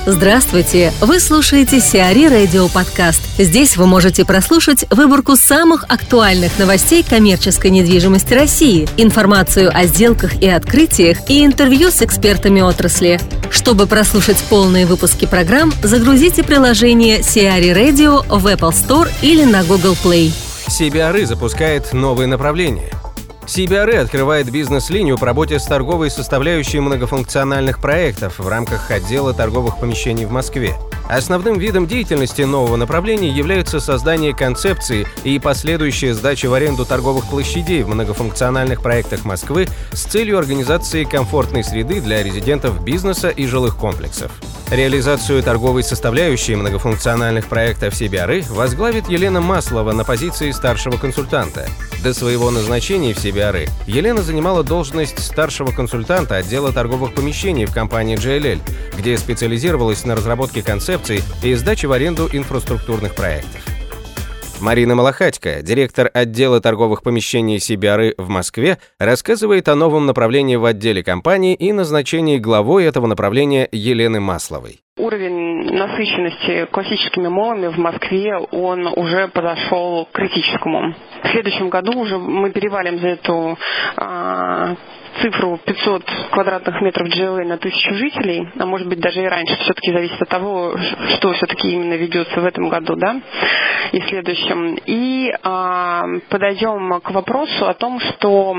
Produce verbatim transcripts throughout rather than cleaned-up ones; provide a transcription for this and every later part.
Здравствуйте! Вы слушаете Сиари Радио Подкаст. Здесь вы можете прослушать выборку самых актуальных новостей коммерческой недвижимости России, информацию о сделках и открытиях и интервью с экспертами отрасли. Чтобы прослушать полные выпуски программ, загрузите приложение Сиари Radio в Apple Store или на Google Play. си би ар и запускает новые направления. си би ар и открывает бизнес-линию по работе с торговой составляющей многофункциональных проектов в рамках отдела торговых помещений в Москве. Основным видом деятельности нового направления является создание концепции и последующая сдача в аренду торговых площадей в многофункциональных проектах Москвы с целью организации комфортной среды для резидентов бизнеса и жилых комплексов. Реализацию торговой составляющей многофункциональных проектов си би ар и возглавит Елена Маслова на позиции старшего консультанта. До своего назначения в си би ар и Елена занимала должность старшего консультанта отдела торговых помещений в компании джей эл эл, где специализировалась на разработке концепций и сдаче в аренду инфраструктурных проектов. Марина Малахатько, директор отдела торговых помещений си би ар и в Москве, рассказывает о новом направлении в отделе компании и назначении главой этого направления Елены Масловой. Уровень насыщенности классическими молами в Москве, он уже подошел к критическому. В следующем году уже мы перевалим за эту а, цифру пятьсот квадратных метров джей эл эй на тысячу жителей, а может быть даже и раньше, все-таки зависит от того, что все-таки именно ведется в этом году, да, и следующем. И а, подойдем к вопросу о том, что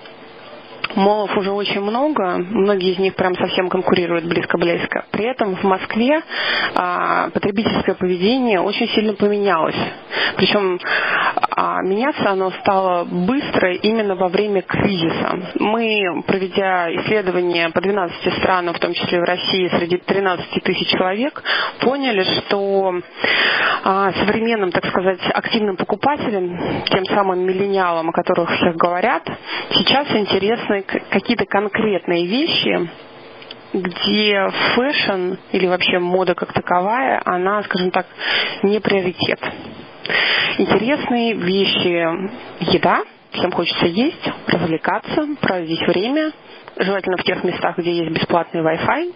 молов уже очень много, многие из них прям совсем конкурируют близко-близко. При этом в Москве а, потребительское поведение очень сильно поменялось. Причем а, меняться оно стало быстро именно во время кризиса. Мы, проведя исследования по двенадцати странам, в том числе в России, среди тринадцати тысяч человек, поняли, что а, современным, так сказать, активным покупателям, тем самым миллениалам, о которых всех говорят, сейчас интересны какие-то конкретные вещи, где фэшн или вообще мода как таковая, она, скажем так, не приоритет. Интересные вещи: еда, всем хочется есть, развлекаться, проводить время, желательно в тех местах, где есть бесплатный Wi-Fi,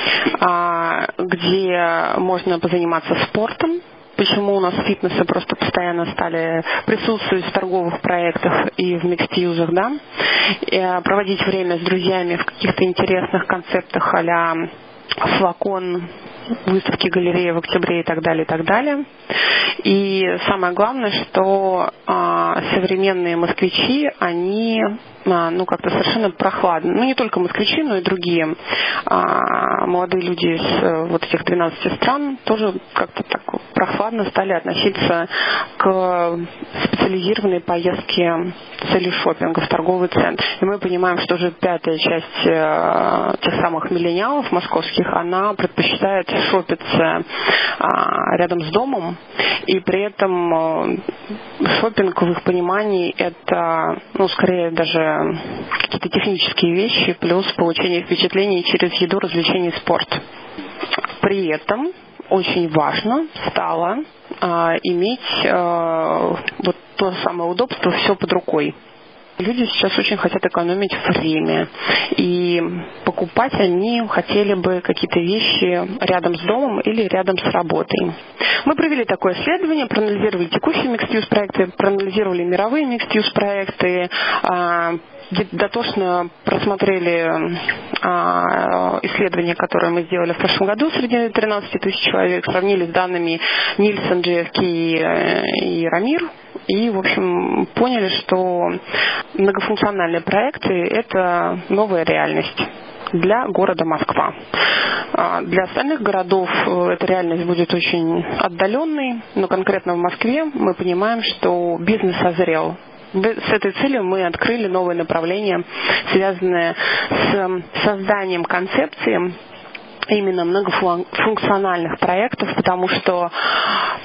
где можно позаниматься спортом. Почему у нас фитнесы просто постоянно стали присутствовать в торговых проектах и в микс-юзах, да? И проводить время с друзьями в каких-то интересных концептах а-ля флакон, выставки галереи в октябре и так далее, и так далее. И самое главное, что а, современные москвичи, они а, ну как-то совершенно прохладны. Ну не только москвичи, но и другие а, молодые люди из вот этих двенадцати стран тоже как-то так прохладно стали относиться к специализированной поездке с целью шопинга в торговый центр. И мы понимаем, что уже пятая часть а, тех самых миллениалов московских, она предпочитает шопиться а, рядом с домом. И при этом шопинг в их понимании это, ну, скорее даже какие-то технические вещи, плюс получение впечатлений через еду, развлечения и спорт. При этом очень важно стало а, иметь а, вот то самое удобство, все под рукой. Люди сейчас очень хотят экономить время, и покупать они хотели бы какие-то вещи рядом с домом или рядом с работой. Мы провели такое исследование, проанализировали текущие микс-юз проекты, проанализировали мировые микс-юз проекты, дотошно просмотрели а, исследования, которые мы сделали в прошлом году среди тринадцати тысяч человек, сравнили с данными Нильсон, джей эф кей и Рамир, и, в общем, поняли, что многофункциональные проекты – это новая реальность для города Москва. Для остальных городов эта реальность будет очень отдаленной, но конкретно в Москве мы понимаем, что бизнес созрел. С этой целью мы открыли новое направление, связанное с созданием концепции именно многофункциональных проектов, потому что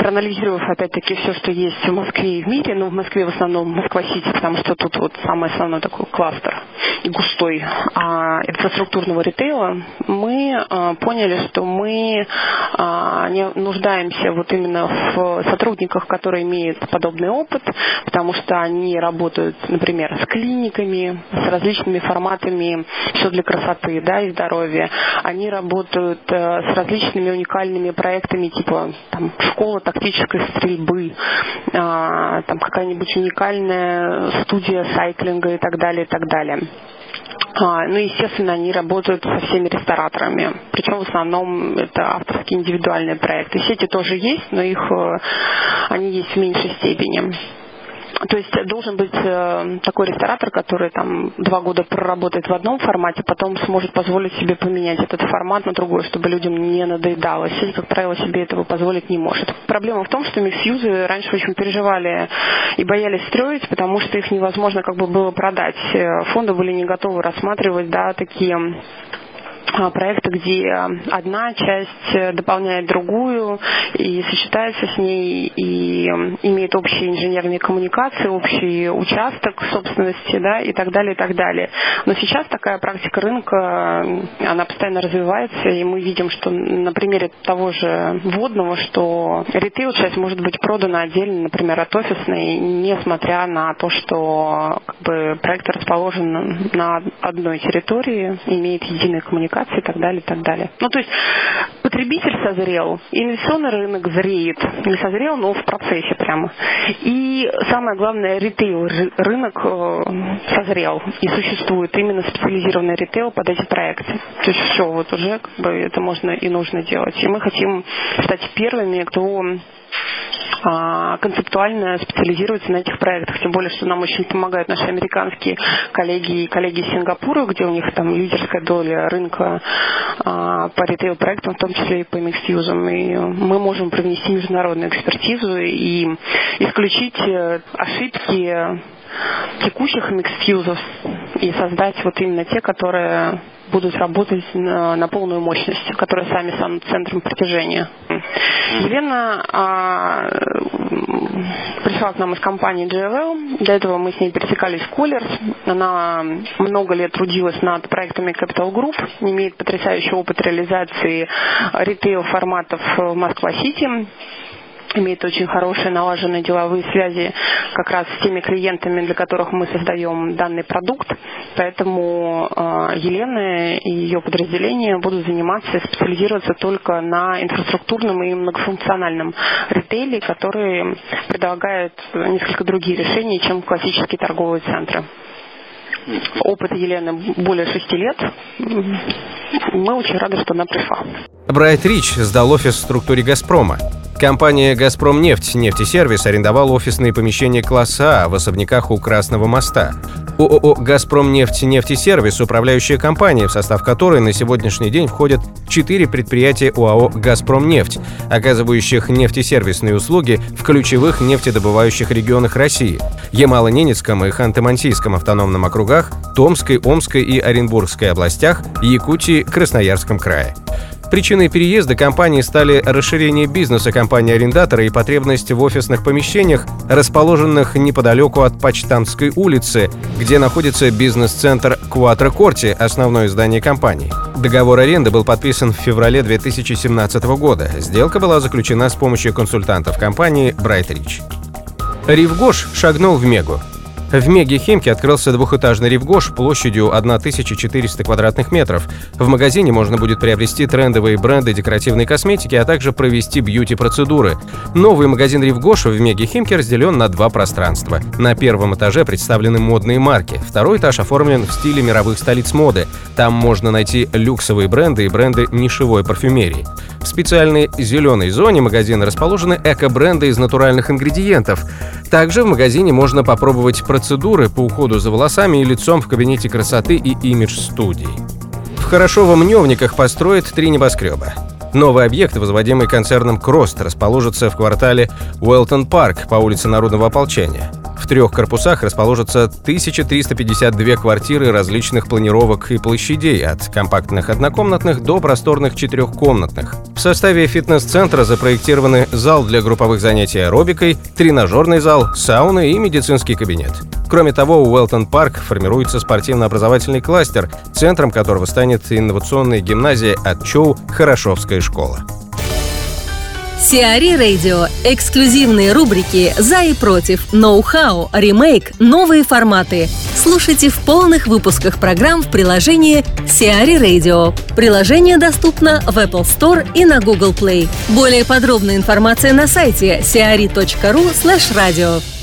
проанализировав опять-таки все, что есть в Москве и в мире, ну в Москве в основном Москва-Сити, потому что тут вот самый основной такой кластер густой а, инфраструктурного ритейла, мы а, поняли, что мы а, не нуждаемся вот именно в сотрудниках, которые имеют подобный опыт, потому что они работают, например, с клиниками, с различными форматами, все для красоты, да, и здоровья. Они работают а, с различными уникальными проектами, типа там, школа тактической стрельбы, а, там какая-нибудь уникальная студия сайклинга и так далее, и так далее. А, ну, естественно, они работают со всеми рестораторами. Причем в основном это авторские индивидуальные проекты. Сети тоже есть, но их они есть в меньшей степени. То есть должен быть э, такой ресторатор, который там два года проработает в одном формате, потом сможет позволить себе поменять этот формат на другой, чтобы людям не надоедало. Сеть, как правило, себе этого позволить не может. Проблема в том, что микс-юзы раньше очень переживали и боялись строить, потому что их невозможно как бы было продать. Фонды были не готовы рассматривать, да, такие проекты, где одна часть дополняет другую и сочетается с ней, и имеет общие инженерные коммуникации, общий участок собственности, да, и так далее, и так далее. Но сейчас такая практика рынка, она постоянно развивается, и мы видим, что на примере того же водного, что ритейл-часть может быть продана отдельно, например, от офисной, несмотря на то, что как бы, проект расположен на одной территории, имеет единые коммуникации, и так далее, и так далее. Ну, то есть потребитель созрел, инвестиционный рынок зреет, не созрел, но в процессе прямо. И самое главное, ритейл рынок созрел и существует именно специализированный ритейл под эти проекты. То есть все, вот уже как бы это можно и нужно делать. И мы хотим стать первыми, кто концептуально специализируется на этих проектах. Тем более, что нам очень помогают наши американские коллеги и коллеги из Сингапура, где у них там лидерская доля рынка а, по ритейл-проектам, в том числе и по микс-юзам. И мы можем привнести международную экспертизу и исключить ошибки текущих микс-юзов и создать вот именно те, которые будут работать на, на полную мощность, которые сами станут центром притяжения. Елена а, пришла к нам из компании джей эл эл. До этого мы с ней пересекались в Colliers. Она много лет трудилась над проектами Capital Group, имеет потрясающий опыт реализации ритейл-форматов в Москва-Сити. Имеет очень хорошие налаженные деловые связи как раз с теми клиентами, для которых мы создаем данный продукт. Поэтому э, Елена и ее подразделения будут заниматься и специализироваться только на инфраструктурном и многофункциональном ритейле, который предлагает несколько другие решения, чем классические торговые центры. Опыт Елены более шести лет. Мы очень рады, что она пришла. Брайт Рич сдал офис в структуре «Газпрома». Компания «Газпромнефть» нефтесервис арендовала офисные помещения класса А в особняках у Красного моста. ООО «Газпромнефть нефтесервис» – управляющая компания, в состав которой на сегодняшний день входят четыре предприятия ОАО «Газпромнефть», оказывающих нефтесервисные услуги в ключевых нефтедобывающих регионах России – Ямало-Ненецком и Ханты-Мансийском автономном округах, Томской, Омской и Оренбургской областях, Якутии, Красноярском крае. Причиной переезда компании стали расширение бизнеса компании-арендатора и потребность в офисных помещениях, расположенных неподалеку от Почтамтской улицы, где находится бизнес-центр Quattro Corti, основное здание компании. Договор аренды был подписан в феврале две тысячи семнадцатого года. Сделка была заключена с помощью консультантов компании Брайт Рич. Рив-Гош шагнул в Мегу. В Меге Химки открылся двухэтажный Рив-Гош площадью тысяча четыреста квадратных метров. В магазине можно будет приобрести трендовые бренды декоративной косметики, а также провести бьюти-процедуры. Новый магазин Рив-Гош в Меге Химки разделен на два пространства. На первом этаже представлены модные марки. Второй этаж оформлен в стиле мировых столиц моды. Там можно найти люксовые бренды и бренды нишевой парфюмерии. В специальной зеленой зоне магазина расположены эко-бренды из натуральных ингредиентов. Также в магазине можно попробовать процедуры по уходу за волосами и лицом в кабинете красоты и имидж-студии. В Хорошово-Мневниках построят три небоскреба. Новый объект, возводимый концерном «Крост», расположится в квартале Уэлтон Парк по улице Народного ополчения. всех трех корпусах расположатся тысяча триста пятьдесят две квартиры различных планировок и площадей, от компактных однокомнатных до просторных четырехкомнатных. В составе фитнес-центра запроектированы зал для групповых занятий аэробикой, тренажерный зал, сауна и медицинский кабинет. Кроме того, у Уэлтон Парк формируется спортивно-образовательный кластер, центром которого станет инновационная гимназия от ЧОУ «Хорошовская школа». Сиари Radio. Эксклюзивные рубрики «За и против», «Ноу-хау», «Ремейк», «Новые форматы». Слушайте в полных выпусках программ в приложении Сиари Radio. Приложение доступно в Apple Store и на Google Play. Более подробная информация на сайте сиари точка ру слэш радио.